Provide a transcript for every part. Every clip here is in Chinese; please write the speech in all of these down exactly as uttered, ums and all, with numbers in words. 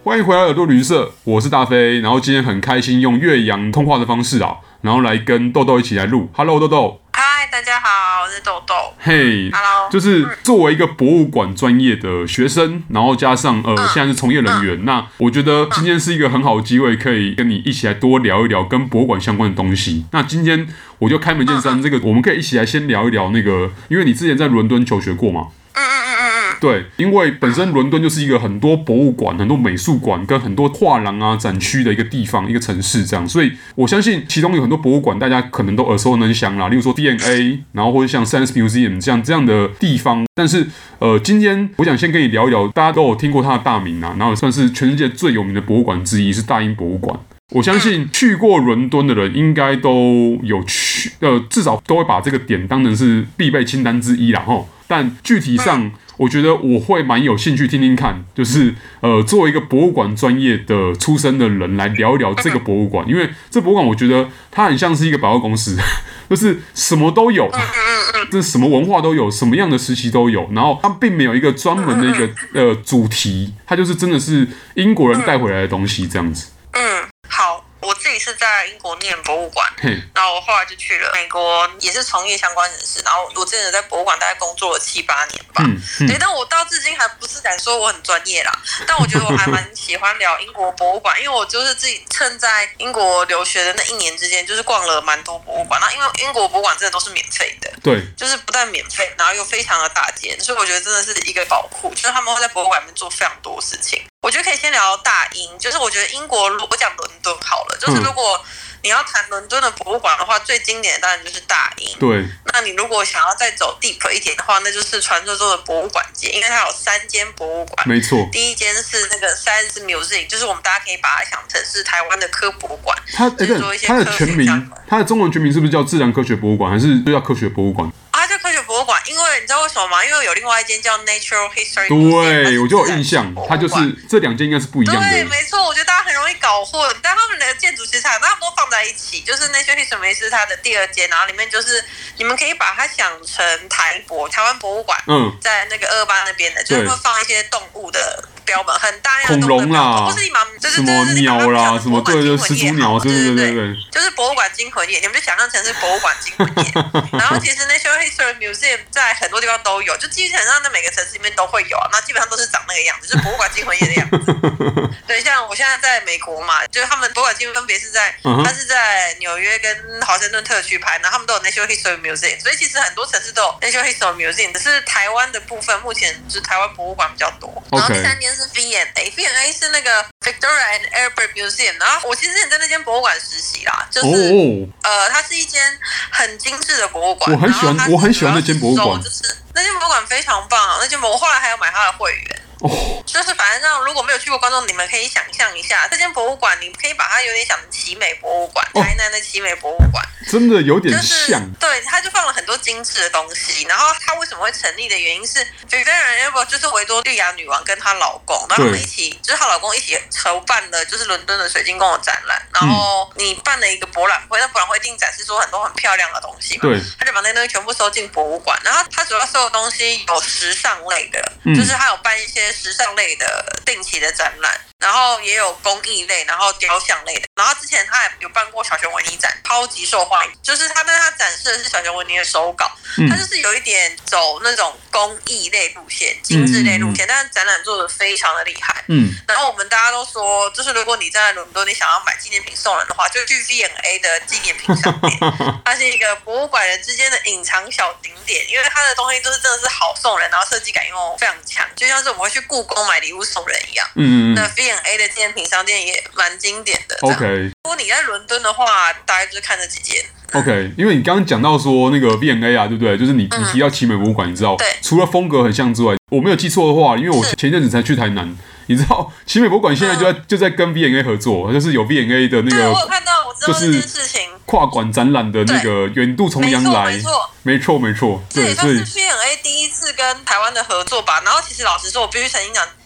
欢迎回来耳朵旅社，我是大飞。然后今天很开心用岳阳通话的方式啊，然后来跟豆豆一起来录。Hello， 豆豆。 嗨，大家好，我是豆豆。 嘿、hey, ，Hello， 就是作为一个博物馆专业的学生，然后加上呃、嗯、现在是从业人员，嗯、那我觉得今天是一个很好的机会，可以跟你一起来多聊一聊跟博物馆相关的东西。那今天我就开门见山，嗯、这个我们可以一起来先聊一聊那个，因为你之前在伦敦求学过嘛。 嗯嗯嗯嗯嗯， 对，因为本身伦敦就是一个很多博物馆、很多美术馆跟很多画廊啊展区的一个地方、一个城市这样，所以我相信其中有很多博物馆，大家可能都耳熟能详啦，例如说 V and A， 然后或者像 Science Museum 这样这样的地方。但是呃，今天我想先跟你聊一聊，大家都有听过它的大名啊，然后算是全世界最有名的博物馆之一，是大英博物馆。我相信去过伦敦的人应该都有去，呃，至少都会把这个点当成是必备清单之一啦齁。但具体上，我觉得我会蛮有兴趣听听看，就是呃，作为一个博物馆专业的出身的人来聊一聊这个博物馆，因为这博物馆我觉得它很像是一个百货公司，就是什么都有，这什么文化都有，什么样的时期都有，然后它并没有一个专门的一个呃主题，它就是真的是英国人带回来的东西这样子。 嗯，好。我自己是在英国念博物馆，然后我后来就去了美国，也是从业相关人士。然后我之前在博物馆大概工作了七八年吧，嗯嗯、对，但我到至今还不是敢说我很专业啦。但我觉得我还蛮喜欢聊英国博物馆，因为我就是自己趁在英国留学的那一年之间，就是逛了蛮多博物馆。那因为英国博物馆真的都是免费的，对，就是不但免费，然后又非常的大间，所以我觉得真的是一个宝库，就是他们会在博物馆里面做非常多事情。我觉得可以先聊大英，就是我觉得英国，我讲伦敦好了，就是如果你要谈伦敦的博物馆的话，最经典的当然就是大英。对，那你如果想要再走 deep 一点的话，那就是传说中的博物馆界，因为它有三间博物馆。没错，第一间是那个 Science Museum， 就是我们大家可以把它想成是台湾的科博馆。它就是做一些科学相关。它的全名，它的中文全名是不是叫自然科学博物馆，还是就叫科学博物馆？它叫科学博物馆，因为你知道为什么吗？因为有另外一间叫 Natural History Museum， 对，我就有印象，它就是这两间应该是不一样的。对，没错，我觉得大家很容易搞混，但他们的建筑其实差，他们都放在一起。就是 Natural History Museum 是它的第二间，然后里面就是你们可以把它想成台博台湾博物馆，嗯，在那个二八那边的，就是会放一些动物的标本，很大量的动物的标本，不是你把就是什么鸟啦，什么对对始祖鸟，对对对对，就是博物馆惊魂夜，你们就想象成是博物馆惊魂夜。然后其实 Natural History Museum 在很多地方都有，就基本上在每个城市里面都会有啊，那基本上都是长那个样子，就是博物馆惊魂夜的样子。对，像我现在在美国嘛，就是他们博物馆惊魂分别是在，它是在纽约跟华盛顿特区拍，然后他们都有 Natural History Museum， 所以其实很多城市都有 Natural History Museum， 只是台湾的部分目前就是台湾博物馆比较多。然后第三间是 V and A，V and A 是那个 Victoria and Albert Museum， 然后我其实之前在那间博物馆实习啦，就是、哦、呃，它是一间很精致的博物馆，我很喜欢，我很喜欢那间博物馆，就是那间博物馆非常棒啊，那间博我后来还有买它的会员。哦，就是反正让如果没有去过观众，你们可以想象一下，这间博物馆，你可以把它有点想成奇美博物馆，台南的奇美博物馆，真的有点像。就是、对，它就放了很多精致的东西。然后它为什么会成立的原因是 Victoria and Albert 就是维多利亚女王跟她老公，然后他们一起，就是她老公一起筹办了就是伦敦的水晶宫的展览。然后你办了一个博览会，那博览会一定展示出很多很漂亮的东西嘛。对，他就把那些东西全部收进博物馆。然后他主要收的东西有时尚类的，嗯、就是他有办一些时尚类的定期的展览，然后也有工艺类，然后雕像类的。然后之前他也有办过小熊维尼展，超级受欢迎。就是他，但他展示的是小熊维尼的手稿，嗯、他就是有一点走那种工艺类路线、精致类路线，嗯、但是展览做的非常的厉害。嗯，然后我们大家都说，就是如果你在伦敦，你想要买纪念品送人的话，就去 V and A 的纪念品商店，它是一个博物馆人之间的隐藏小景点，因为它的东西都是真的是好送人，然后设计感又非常强，就像是我们会去故宫买礼物送人一样。嗯，那 V and A 的纪念品商店也蛮经典的。OK， 如果你在伦敦的话，大概就是看这几间。OK， 因为你刚刚讲到说那个 V and A 啊，对不对？就是你你提到奇美博物馆，你知道，对，除了风格很像之外，我没有记错的话，因为我前一阵子才去台南。你知道奇美博物馆现在就在、嗯、就在跟 V and A 合作，就是有 V and A 的那个，对，我有看到，我知道这件事情，跨馆展览的那个远渡重洋来，没错，没错，没错，这也算是 V and A 第一次跟台湾的合作吧。然后其实老实说，我必须曾经讲，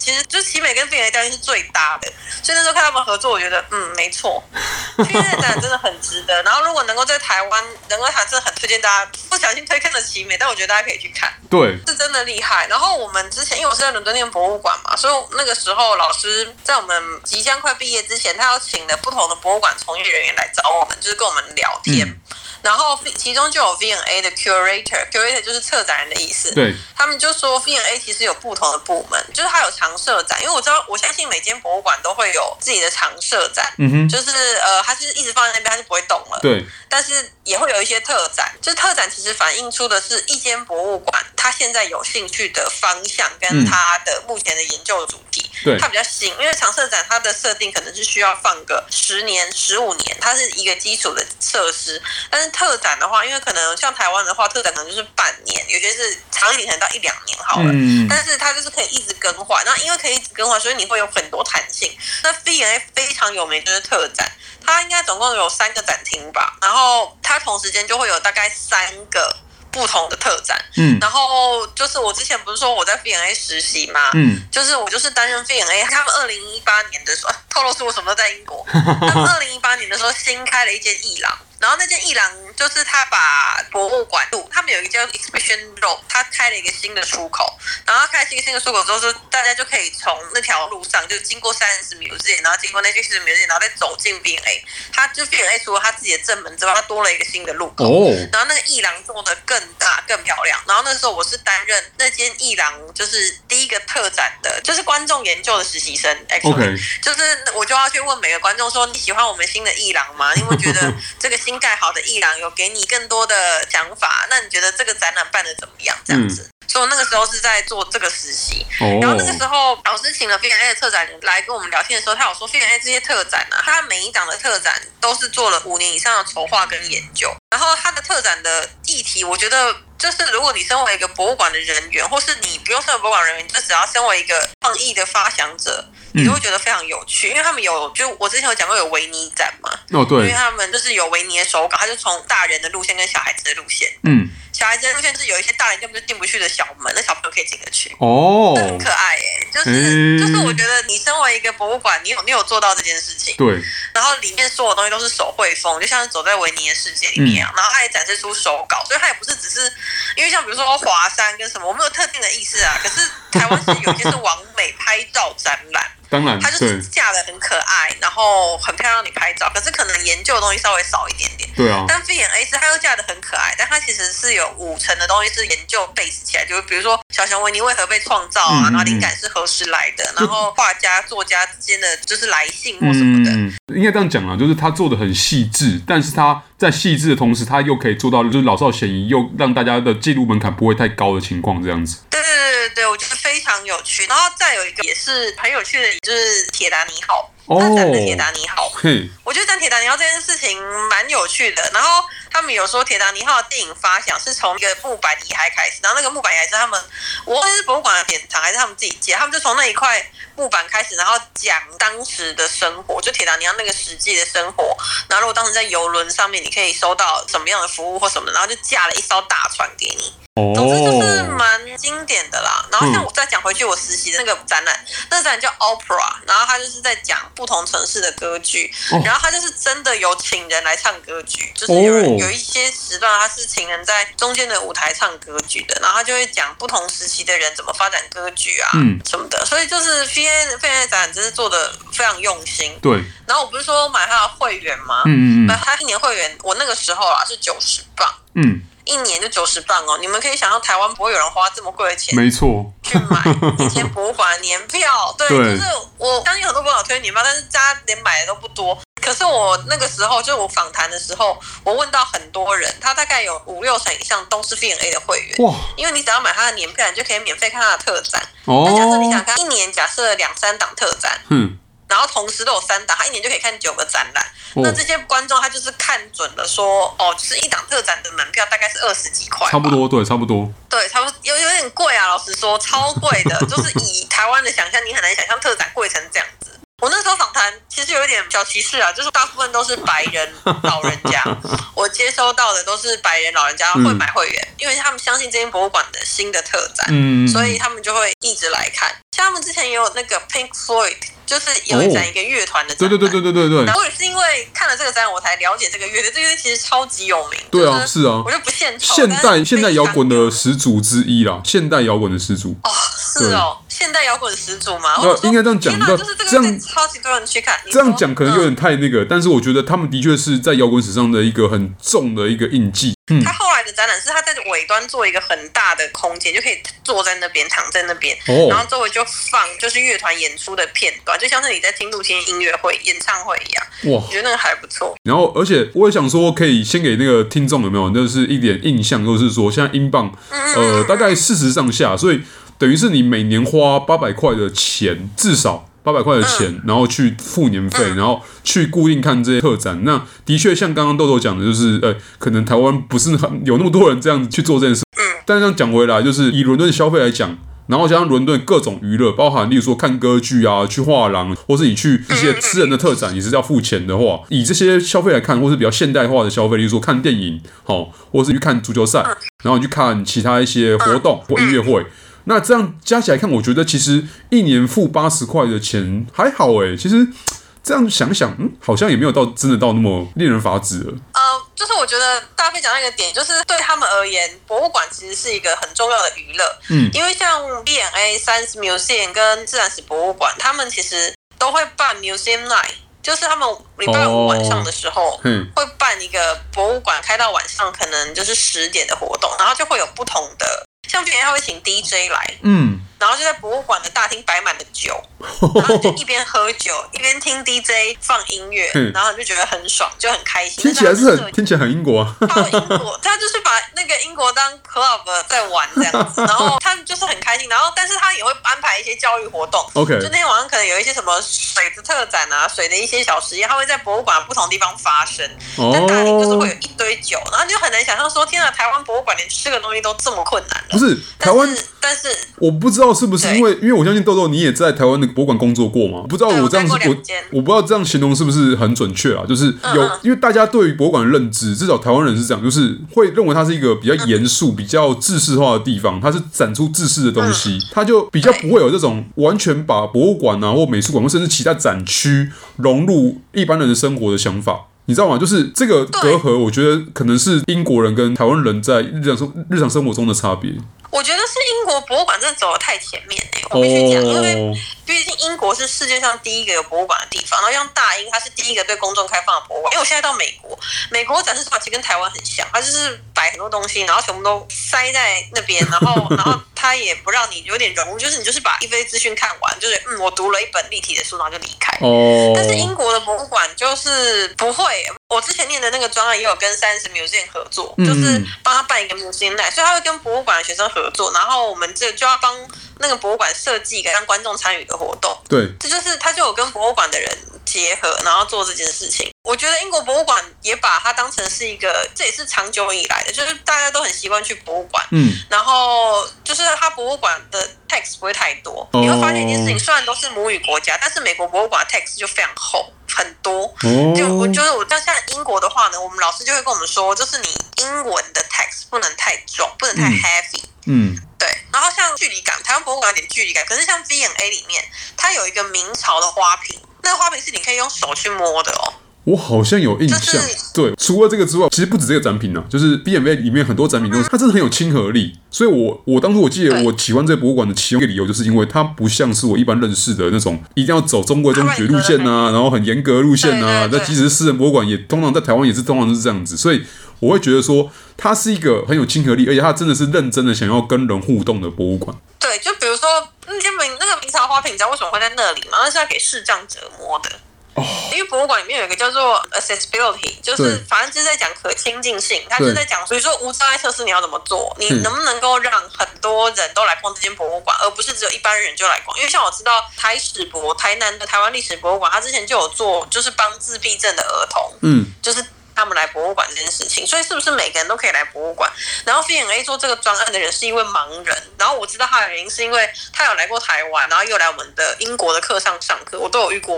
其实就奇美跟 V N A 调性是最搭的，所以那时候看他们合作，我觉得嗯没错，去那个展览真的很值得。然后如果能够在台湾能够谈，真的很推荐大家。不小心推坑了奇美，但我觉得大家可以去看， 对， 是真的厉害。然后我们之前因为我是在伦敦念博物馆嘛，所以那个时候老师在我们即将快毕业之前，他要请了不同的博物馆从业人员来找我们，就是跟我们聊天。嗯，然后其中就有 V N A 的 curator，curator 就是策展人的意思。 对， 他们就说 V N A 其实有不同的部门，就是它有常设展，因为我知道，我相信每间博物馆都会有自己的常设展，嗯哼，就是呃，它是一直放在那边，它就不会动了。 对， 但是也会有一些特展，就是特展其实反映出的是一间博物馆它现在有兴趣的方向跟它的目前的研究主题。对，它比较新，因为常设展它的设定可能是需要放个十年、十五年，它是一个基础的设施。但是特展的话，因为可能像台湾的话，特展可能就是半年，有些是长一点，可能到一两年好了。嗯，但是它就是可以一直更换，那因为可以一直更换，所以你会有很多弹性。那 V N A 非常有名就是特展，它应该总共有三个展厅吧，然后它同时间就会有大概三个不同的特展，嗯，然后就是我之前不是说我在 V N A 实习吗？嗯，就是我就是担任 V N A， 他们二零一八年的时候，啊、透露出我什么都在英国。他们二零一八年的时候新开了一间艺廊，然后那间艺廊就是他把博物馆路，他们有一个叫 Exhibition Road， 他开了一个新的出口，然后他开了一个新的出口之后，就大家就可以从那条路上就经过三十米之间，然后经过那些十米之间，然后再走进 V N A。他就 V N A 除了他自己的正门之外，他多了一个新的路口，哦，然后那个艺廊做得更大更漂亮。然后那时候我是担任那间艺廊就是第一个特展的，就是观众研究的实习生。 OK， 就是我就要去问每个观众说，你喜欢我们新的艺廊吗？你有没有觉得这个新盖好的艺廊有给你更多的想法？那你觉得这个展览办得怎么样？这样子。嗯，所以我那个时候是在做这个实习，哦，然后那个时候老师请了 V N A 的策展人来跟我们聊天的时候，他有说 V N A 这些特展啊，他每一档的特展都是做了五年以上的筹划跟研究，然后他的特展的议题，我觉得就是如果你身为一个博物馆的人员，或是你不用身为博物馆人员，你就只要身为一个创意的发想者，你就会觉得非常有趣，因为他们有，就我之前有讲过有维尼展嘛， 哦对， 因为他们就是有维尼的手稿，他就从大人的路线跟小孩子的路线，嗯。小孩子的路线是有一些大人根本就进不去的小门，那小朋友可以进得去哦，这很可爱耶。就是、欸、就是我觉得你身为一个博物馆，你有你有做到这件事情， 对。 然后里面所有东西都是手绘风，就像是走在维尼的世界里面一样。嗯、然后它也展示出手稿，所以它也不是只是因为像比如说华山跟什么，我没有特定的意思啊。可是台湾是有些是网美拍照展览。 当然， 它就是架得很可爱，然后很漂亮，你拍照。可是可能研究的东西稍微少一点点。 对啊。 但 V N A 是它又架得很可爱，但它其实是有五层的东西是研究 base 起来，就是比如说小熊维尼为何被创造啊，嗯嗯，然后灵感是何时来的，然后画家作家之间的就是来信或什么的。 嗯，应该这样讲啦，就是他做的很细致，但是他在细致的同时，他又可以做到就是老少咸宜，又让大家的记录门槛不会太高的情况，这样子。 对对对对对，我觉得非常有趣。然后再有一个也是很有趣的，就是铁达尼号。他展的铁达尼号，嗯，我觉得展铁达尼号这件事情蛮有趣的。然后他们有说铁达尼号的电影发想是从一个木板遗骸开始，然后那个木板遗骸是他们，我忘记是博物馆的典藏还是他们自己借，他们就从那一块木板开始，然后讲当时的生活，就铁达尼号那个实际的生活。然后如果当时在邮轮上面，你可以收到什么样的服务或什么的，然后就架了一艘大船给你。总之就是蛮经典的啦。然后像我再讲回去我实习的那个展览，那个展览叫 Opera， 然后他就是在讲不同城市的歌剧，然后他就是真的有请人来唱歌剧，就是有人有一些时段他是请人在中间的舞台唱歌剧的，然后他就会讲不同时期的人怎么发展歌剧啊什么的，所以就是 V N A 展览真是做的非常用心。 对。 然后我不是说买他的会员吗？嗯嗯嗯。他一年会员，我那个时候啊是九十磅。嗯。一年就九十磅哦，你们可以想象台湾不会有人花这么贵的钱， 没错， 去买以前博物馆的年票。对，对，就是我相信很多博物馆推年票，但是大家连买的都不多。可是我那个时候，就是我访谈的时候，我问到很多人，他大概有五六成以上都是 V N A 的会员。哇！因为你只要买他的年票，你就可以免费看他的特展。哦。那假设你想看一年，假设两三档特展，嗯。然后同时都有三档，他一年就可以看九个展览。哦、那这些观众他就是看准了说，哦，就是一档特展的门票大概是二十几块， 差不多，对，差不多， 对，差不多有有点贵啊。老实说，超贵的，就是以台湾的想象，你很难想象特展贵成这样子。我那时候访谈其实有一点小歧视啊，就是大部分都是白人老人家，我接收到的都是白人老人家会买会员，嗯、因为他们相信这间博物馆的新的特展，嗯、所以他们就会一直来看。像他们之前也有那个 Pink Floyd， 就是有一展一个乐团的展览， 对对对对对对对。 然后我也是因为看了这个展览，我才了解这个乐队，这个乐队其实超级有名。 对啊，是啊， 我就不献丑。 现代现代摇滚的始祖之一啦，现代摇滚的始祖。 哦，是哦，现代摇滚的始祖嘛。 那应该这样讲， 就是这个超级多人去看。 这样讲可能有点太那个，嗯、但是我觉得他们的确是在摇滚史上的一个很重的一个印记。 嗯、他后来的展览是他在尾端做一个很大的空间，就可以坐在那边、躺在那边，哦、然后周围就放就是乐团演出的片段，就像是你在听露天音乐会、演唱会一样。哇，我觉得那个还不错。 然后，而且我也想说，可以先给那个听众有没有，就是一点印象，就是说现在英镑呃大概四十上下，所以等于是你每年花八百块的钱，至少。八百块的钱，嗯、然后去付年费，嗯、然后去固定看这些特展。那的确像刚刚豆豆讲的，就是呃，可能台湾不是很有那么多人这样子去做这件事。嗯、但是这样讲回来，就是以伦敦消费来讲，然后加上伦敦各种娱乐，包含例如说看歌剧啊、去画廊，或是你去一些私人的特展，也是要付钱的话，以这些消费来看，或是比较现代化的消费，例如说看电影，好，或是去看足球赛，然后你去看其他一些活动或音乐会。那这样加起来看，我觉得其实一年付八十块的钱还好诶。其实这样想想，嗯，好像也没有到真的到那么令人发指了。 呃，就是我觉得大飞讲那个点，就是对他们而言，博物馆其实是一个很重要的娱乐。嗯，因为像 V and A、Science Museum 跟自然史博物馆，他们其实都会办 Museum Night。就是他们礼拜五晚上的时候，哦嗯、会办一个博物馆开到晚上，可能就是十点的活动，然后就会有不同的，像别人他会请 D J 来，嗯，然后就在博物馆的大厅摆满了酒，然后你就一边喝酒一边听 D J 放音乐，嗯、然后你就觉得很爽，就很开心。 听起来是很听起来很英国啊， 超英国，他就是把那个英国当 club 在玩这样子，然后他们就是很开心，然后但是他也会安排一些教育活动 ，OK， 就那天晚上可能有一些什么水的特展啊，水的一些小实验，他会在博物馆不同地方发生，哦、但大厅就是会有一堆酒，然后你就很难想象说，天啊，台湾博物馆连吃个东西都这么困难了。 不是台湾， 但是我不知道是不是因为因为我相信豆豆你也在台湾的博物馆工作过嘛，不知道我这样我我不知道这样形容是不是很准确啊？就是有、嗯、因为大家对于博物馆的认知，至少台湾人是这样，就是会认为它是一个比较严肃、嗯、比较制式化的地方，它是展出制式的东西，嗯、它就比较不会有这种完全把博物馆啊或美术馆或甚至其他展区融入一般人的生活的想法。你知道吗？就是这个隔阂，我觉得可能是英国人跟台湾人在日常生日常生活中的差别。 我觉得是英国博物馆真的走得太前面了、欸，我必须讲，因为毕竟英国是世界上第一个有博物馆的地方，然后像大英，它是第一个对公众开放的博物馆。因为我现在到美国，美国展示手法其实跟台湾很像，它就是摆很多东西，然后全部都塞在那边，然后然后它也不让你有点融入，就是你就是把一堆资讯看完，就是嗯，我读了一本立体的书，然后就离开。哦。但是英国的博物馆就是不会。我之前念的那个专案也有跟 Science Museum 合作，嗯、就是帮他办一个 Museum Night，所以他会跟博物馆的学生合作，然后我们这就要帮那个博物馆设计一个让观众参与的活动。 对， 这就是他就有跟博物馆的人结合，然后做这件事情。我觉得英国博物馆也把它当成是一个，这也是长久以来的，就是大家都很习惯去博物馆，嗯，然后就是它博物馆的 text 不会太多，哦、你会发现一件事情，虽然都是母语国家，但是美国博物馆的 text 就非常厚。很多，哦、就我就是我，像像英国的话呢，我们老师就会跟我们说，就是你英文的 text 不能太重，不能太 heavy，嗯，嗯对。然后像距离感，台湾博物馆有点距离感，可是像 V and A 里面，它有一个明朝的花瓶，那个花瓶是你可以用手去摸的哦。 我好像有印象，就是、对，除了这个之外，其实不止这个展品啊，就是 B and A 里面很多展品都是，它真的很有亲和力。所以我我当初我记得我喜欢这个博物馆的其中一个理由，就是因为它不像是我一般认识的那种一定要走中规中矩路线啊，然后很严格路线啊。那即使是私人博物馆，也通常在台湾也是通常是这样子。所以我会觉得说，它是一个很有亲和力，而且它真的是认真的想要跟人互动的博物馆。 对，就比如说那些明那个明朝花瓶，你知道为什么会在那里吗？那是要给视障者摸的。Oh. 因为博物馆里面有一个叫做 accessibility， 就是反正就是在讲可亲近性，它就是在讲，比如说无障碍测试你要怎么做，你能不能够让很多人都来逛这间博物馆，而不是只有一般人就来逛。因为像我知道台史博，台南的台湾历史博物馆，它之前就有做，就是帮自闭症的儿童，嗯，就是他们来博物馆这件事情，所以是不是每个人都可以来博物馆？然后 V and A 做这个专案的人是一位盲人，然后我知道他的原因是因为他有来过台湾，然后又来我们的英国的课上上课，我都有遇过他。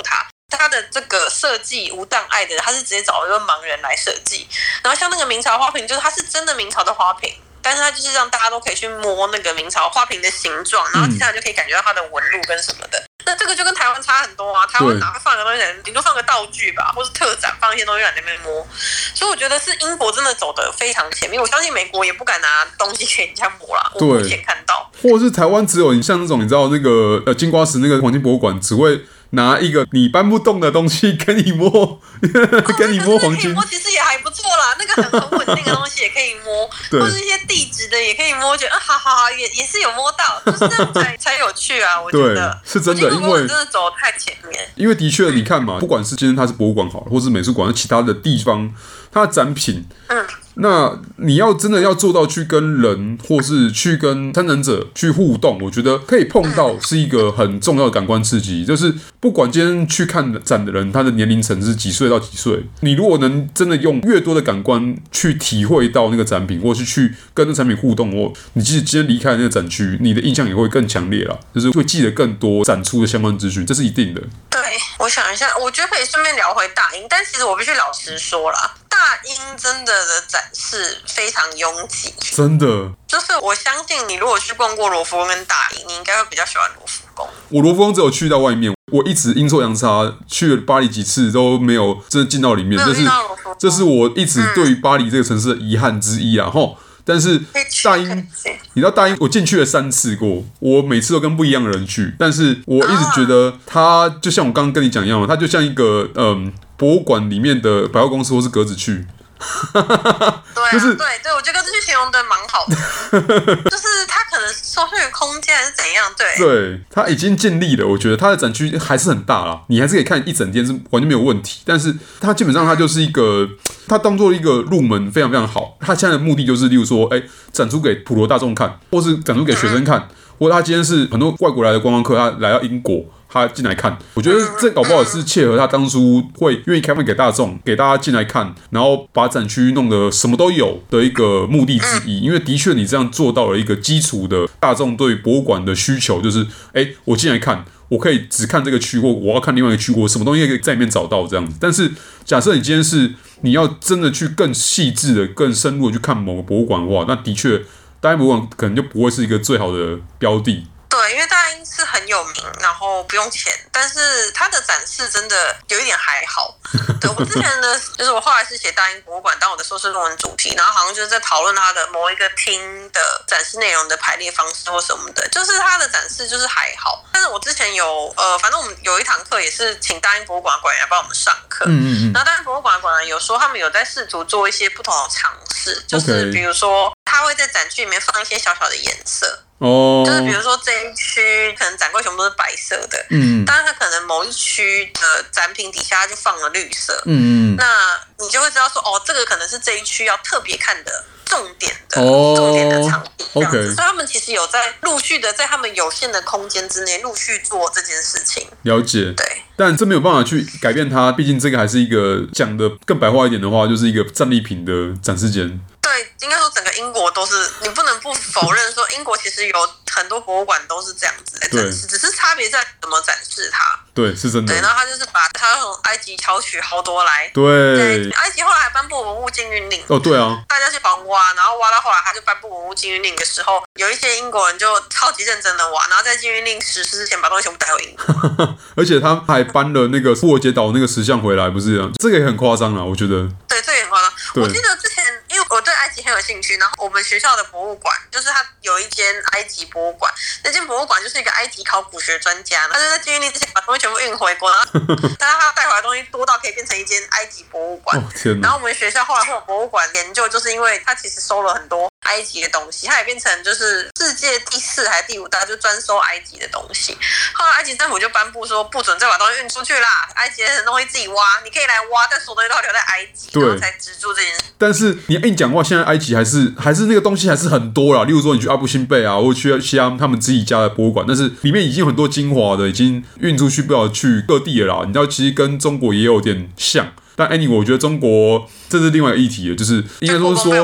它的这个设计无障碍的，它是直接找一个盲人来设计。然后像那个明朝花瓶，就是它是真的明朝的花瓶，但是它就是让大家都可以去摸那个明朝花瓶的形状，然后接下来就可以感觉到它的纹路跟什么的。那这个就跟台湾差很多啊，台湾哪会放个东西，顶多放个道具吧，或是特展放一些东西在那边摸。所以我觉得是英国真的走得非常前面，我相信美国也不敢拿东西给人家摸啦。我目前看到， 或者是台湾只有你像那种你知道那个呃金瓜石那个黄金博物馆只会拿一个你搬不动的东西跟你摸，哦、跟你摸黄金， 摸其实也还不错啦。那个很很稳定的东西也可以摸，或是一些地质的也可以摸，觉得啊，好好好，也也是有摸到，就是这样才才有趣啊。我觉得是真的，因为真的走太前面。 因为的确，你看嘛，不管是今天它是博物馆好了，或是美术馆，其他的地方，它的展品，嗯。那你要真的要做到去跟人，或是去跟参展者去互动，我觉得可以碰到是一个很重要的感官刺激。就是不管今天去看展的人，他的年龄层是几岁到几岁，你如果能真的用越多的感官去体会到那个展品，或是去跟那产品互动，或你即使今天离开那个展区，你的印象也会更强烈啦，就是会记得更多展出的相关资讯，这是一定的。 对，我想一下，我觉得可以顺便聊回大英，但其实我必须老实说啦，大英真的的展是非常拥挤， 真的。 就是我相信你如果去逛过罗浮宫跟大英，你应该会比较喜欢罗浮宫。 我罗浮宫只有去到外面，我一直阴错阳差去了巴黎几次都没有真的进到里面，这是这是我一直对于巴黎这个城市的遗憾之一啊！吼。但是大英，你知道大英，我进去了三次过，我每次都跟不一样的人去，但是我一直觉得它就像我刚刚跟你讲一样，它就像一个嗯博物馆里面的百货公司或是格子区。 对、啊，就是对对，我觉得格子区形容的蛮好的，就是它可能收视空间还是怎样，对， 对，它已经尽力了，我觉得它的展区还是很大啦，你还是可以看一整天是完全没有问题，但是它基本上它就是一个。它当做一个入门非常非常好，它现在的目的就是，例如说，哎、欸，展出给普罗大众看，或是展出给学生看，或者他今天是很多外国来的观光客，他来到英国，他进来看，我觉得这搞不好是切合他当初会愿意开放给大众，给大家进来看，然后把展区弄得什么都有的一个目的之一。因为的确你这样做到了一个基础的大众对博物馆的需求，就是，哎、欸，我进来看。我可以只看这个区，或我要看另外一个区，我什么东西可以在里面找到这样子。但是假设你今天是你要真的去更细致的、更深入的去看某个博物馆的话，那的确大英博物馆可能就不会是一个最好的标的。 对，因为大英是很有名，然后不用钱，但是它的展示真的有一点还好。对，我之前呢，就是我后来是写大英博物馆当我的硕士论文主题，然后好像就是在讨论它的某一个厅的展示内容的排列方式或什么的，就是它的展示就是还好。但是我之前有呃，反正我们有一堂课也是请大英博物馆馆员来帮我们上课，嗯嗯嗯，然后大英博物馆馆员有说他们有在试图做一些不同的尝试，就是比如说他会在展区里面放一些小小的颜色。哦， oh. 就是比如说这一区可能展柜全部都是白色的，嗯，但是它可能某一区的展品底下就放了绿色，嗯，那你就会知道说，哦，这个可能是这一区要特别看的重点的、oh. 重点的场地，这样子。Okay. 所以他们其实有在陆续的在他们有限的空间之内陆续做这件事情。 了解， 对， 但这没有办法去改变它，毕竟这个还是一个讲的更白话一点的话，就是一个战利品的展示间。 对，应该说整个英国都是，你不能不否认说，英国其实有很多博物馆都是这样子的展示，只是差别在怎么展示它。 对，是真的。 对，然后他就是把他从埃及挑取好多来。 对。 对，埃及后来还颁布文物禁运令。 哦，对啊。 大家去狂挖，然后挖到后来他就颁布文物禁运令的时候，有一些英国人就超级认真的挖，然后在禁运令实施之前把东西全部带回英国。 而且他还搬了那个复活节岛那个石像回来，不是这样？这个也很夸张啦，我觉得。 对，这个也很夸张。我记得之前。因为我对埃及很有兴趣，然后我们学校的博物馆就是它有一间埃及博物馆，那间博物馆就是一个埃及考古学专家，他就在禁运令之前把东西全部运回国，然后但是他带回来的东西多到可以变成一间埃及博物馆。哦，天哪！然后我们学校后来会有博物馆研究，就是因为它其实收了很多埃及的东西，它也变成就是世界第四还是第五大就专收埃及的东西。后来埃及政府就颁布说不准再把东西运出去啦，埃及的东西自己挖，你可以来挖，但所有东西都要留在埃及，然后才止住这件事。 但是你硬讲话，现在埃及还是还是那个东西还是很多啦，例如说你去阿布辛贝啊，或者去其他他们自己家的博物馆，但是里面已经有很多精华的已经运出去，不要去各地了啦。你知道，其实跟中国也有点像，但 anyway， 我觉得中国这是另外一个议题了，就是应该说是说。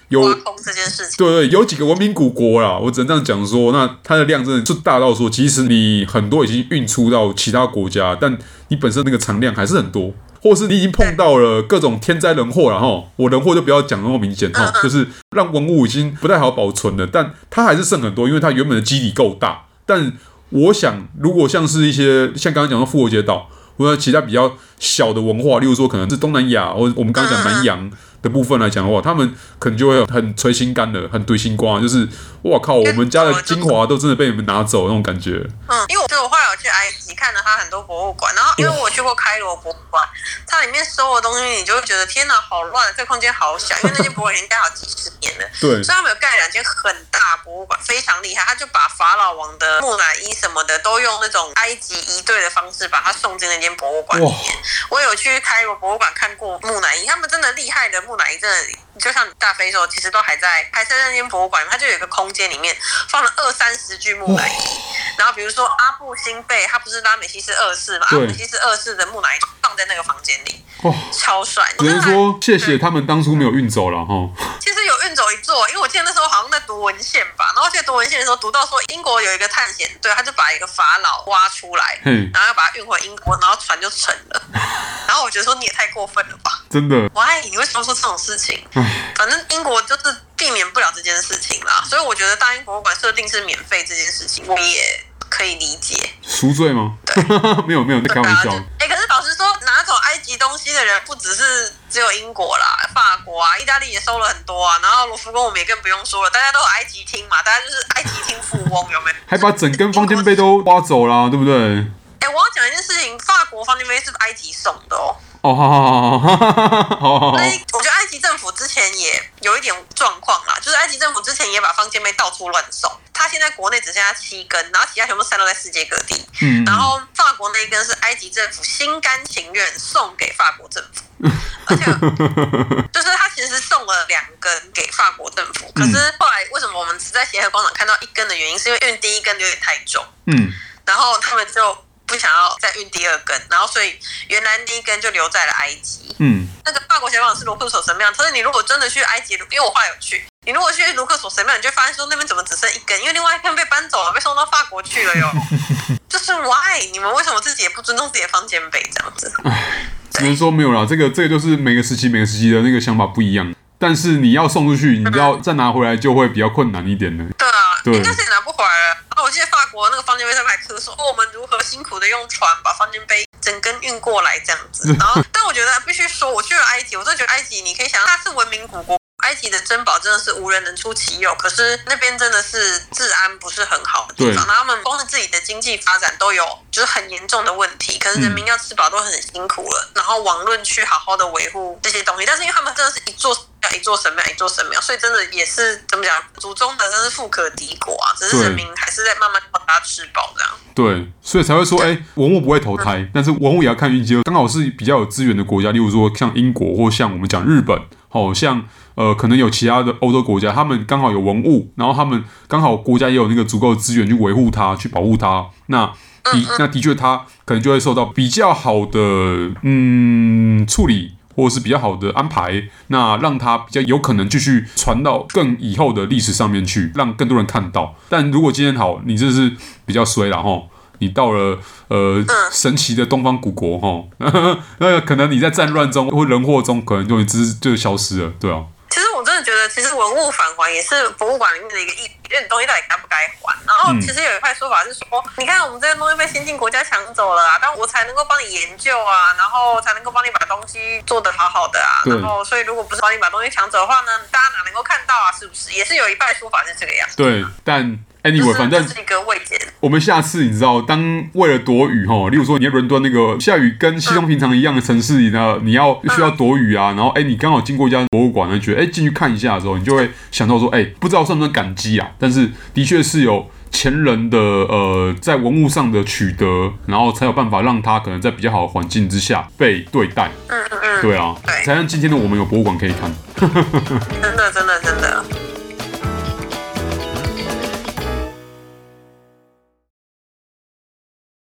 有挖空这件事情。 对对，有几个文明古国啦，我只能这样讲说，那它的量真的就大到说，其实你很多已经运出到其他国家，但你本身那个产量还是很多。或是你已经碰到了各种天灾人祸了哈，我人祸就不要讲那么明显哈，就是让文物已经不太好保存了，但它还是剩很多，因为它原本的基底够大。但我想，如果像是一些像刚刚讲的复活节岛，或者其他比较小的文化，例如说可能是东南亚，或者我们刚刚讲南洋的部分来讲的话，他们可能就会很捶心肝的，很堆心瓜，就是哇靠，我们家的精华都真的被你们拿走那种感觉。 嗯，因为我后来有去埃及看了它很多博物馆，然后因为我去过开罗博物馆，它里面收的东西你就会觉得天哪，好乱，这个空间好小，因为那间博物馆已经盖好几十年了。 对， 所以他们有盖两间很大博物馆，非常厉害。他就把法老王的木乃伊什么的都用那种埃及移队的方式把它送进那间博物馆里面。我有去开罗博物馆看过木乃伊，他们真的厉害的木乃伊，真的就像大飞说，其实都还在还在那间博物馆里面，它就有一个空间里面放了二三十具木乃伊。然后比如说阿布辛贝，他不是拉美西斯二世嘛？阿布西斯二世的木乃伊放在那个房间里，哇，超帅！ 只能说谢谢他们当初没有运走了哈。 其实有运走一座，因为我记得那时候好像在读文献吧，然后在读文献的时候读到说英国有一个探险队，他就把一个法老挖出来，然后要把它运回英国，然后船就沉了。然后我觉得说你也太过分了吧？ 真的 ？Why？ 你为什么说这种事情？反正英国就是避免不了这件事情啦，所以我觉得大英博物馆设定是免费这件事情，我也可以理解。 赎罪吗？没有没有，在开玩笑。 哎、欸，可是老实说，拿走埃及东西的人不只是只有英国啦，法国啊、意大利也收了很多啊。然后罗浮宫我们也更不用说了，大家都有埃及厅嘛，大家就是埃及厅富翁，有没有？ 还把整根方尖碑都挖走啦，对不对？ 哎、欸，我要讲一件事情，法国方尖碑是埃及送的哦。 哦，好好好好好好。 所以我觉得埃及政府之前也有一点状况啦，就是埃及政府之前也把方尖碑到处乱送，他现在国内只剩下七根，然后其他全部散落在世界各地。嗯，然后法国那一根是埃及政府心甘情愿送给法国政府，而且就是他其实送了两根给法国政府，可是后来为什么我们只在协和广场看到一根的原因，是因为运第一根有点太重，嗯，然后他们就不想要再运第二根，然后所以原来那一根就留在了埃及。嗯，那个法国小宝是卢克索神庙，可是你如果真的去埃及，因为我后来有去，你如果去卢克索神庙，你就发现说那边怎么只剩一根，因为另外一根被搬走了，被送到法国去了哟。就是 why 你们为什么自己也不尊重自己的方尖碑这样子？ 只能说没有啦，这个这个就是每个时期每个时期的那个想法不一样。但是你要送出去，你要再拿回来就会比较困难一点的。 对啊，对，应该是也拿不回来了。然后我记得法国那个方尖碑上面还刻说，我们如何辛苦的用船把方尖碑整根运过来这样子。然后，但我觉得必须说，我去了埃及，我真的觉得埃及，你可以想，它是文明古国。埃及的珍宝真的是无人能出其右，可是那边真的是治安不是很好的地方，然后他们光是自己的经济发展都有就是很严重的问题，可是人民要吃饱都很辛苦了，然后网论去好好的维护这些东西，但是因为他们真的是一座一座神庙一座神庙，所以真的也是怎么讲，祖宗的真是富可敌国啊，只是人民还是在慢慢靠大家吃饱这样。 对，所以才会说，哎、欸，文物不会投胎，嗯、但是文物也要看运气，刚好是比较有资源的国家，例如说像英国或像我们讲日本，好像。呃，可能有其他的欧洲国家，他们刚好有文物，然后他们刚好国家也有那个足够的资源去维护它，去保护它。那的那的确，它可能就会受到比较好的嗯处理，或者是比较好的安排，那让它比较有可能继续传到更以后的历史上面去，让更多人看到。但如果今天好，你这是比较衰啦齁。你到了呃神奇的东方古国齁，那可能你在战乱中或人祸中，可能就只就消失了，对啊。 其实我真的觉得，其实文物返还也是博物馆里面的一个议题，这东西到底该不该还？然后其实有一派说法是说，嗯、你看我们这些东西被先进国家抢走了啊，但我才能够帮你研究啊，然后才能够帮你把东西做得好好的啊，然后所以如果不是帮你把东西抢走的话呢，大家哪能够看到啊？是不是？也是有一派说法是这个样子。 对，但。Anyway， 反正是一个未解。 我们下次你知道，当为了躲雨哈，例如说你在伦敦那个下雨跟西装平常一样的城市里呢，你要需要躲雨啊，然后哎、欸，你刚好经过一家博物馆呢，觉得哎进去看一下的时候，你就会想到说，哎、欸，不知道算不算感激啊？但是的确是有前人的呃在文物上的取得，然后才有办法让他可能在比较好的环境之下被对待。嗯嗯嗯，对啊，对，才让今天的我们有博物馆可以看。 真的真的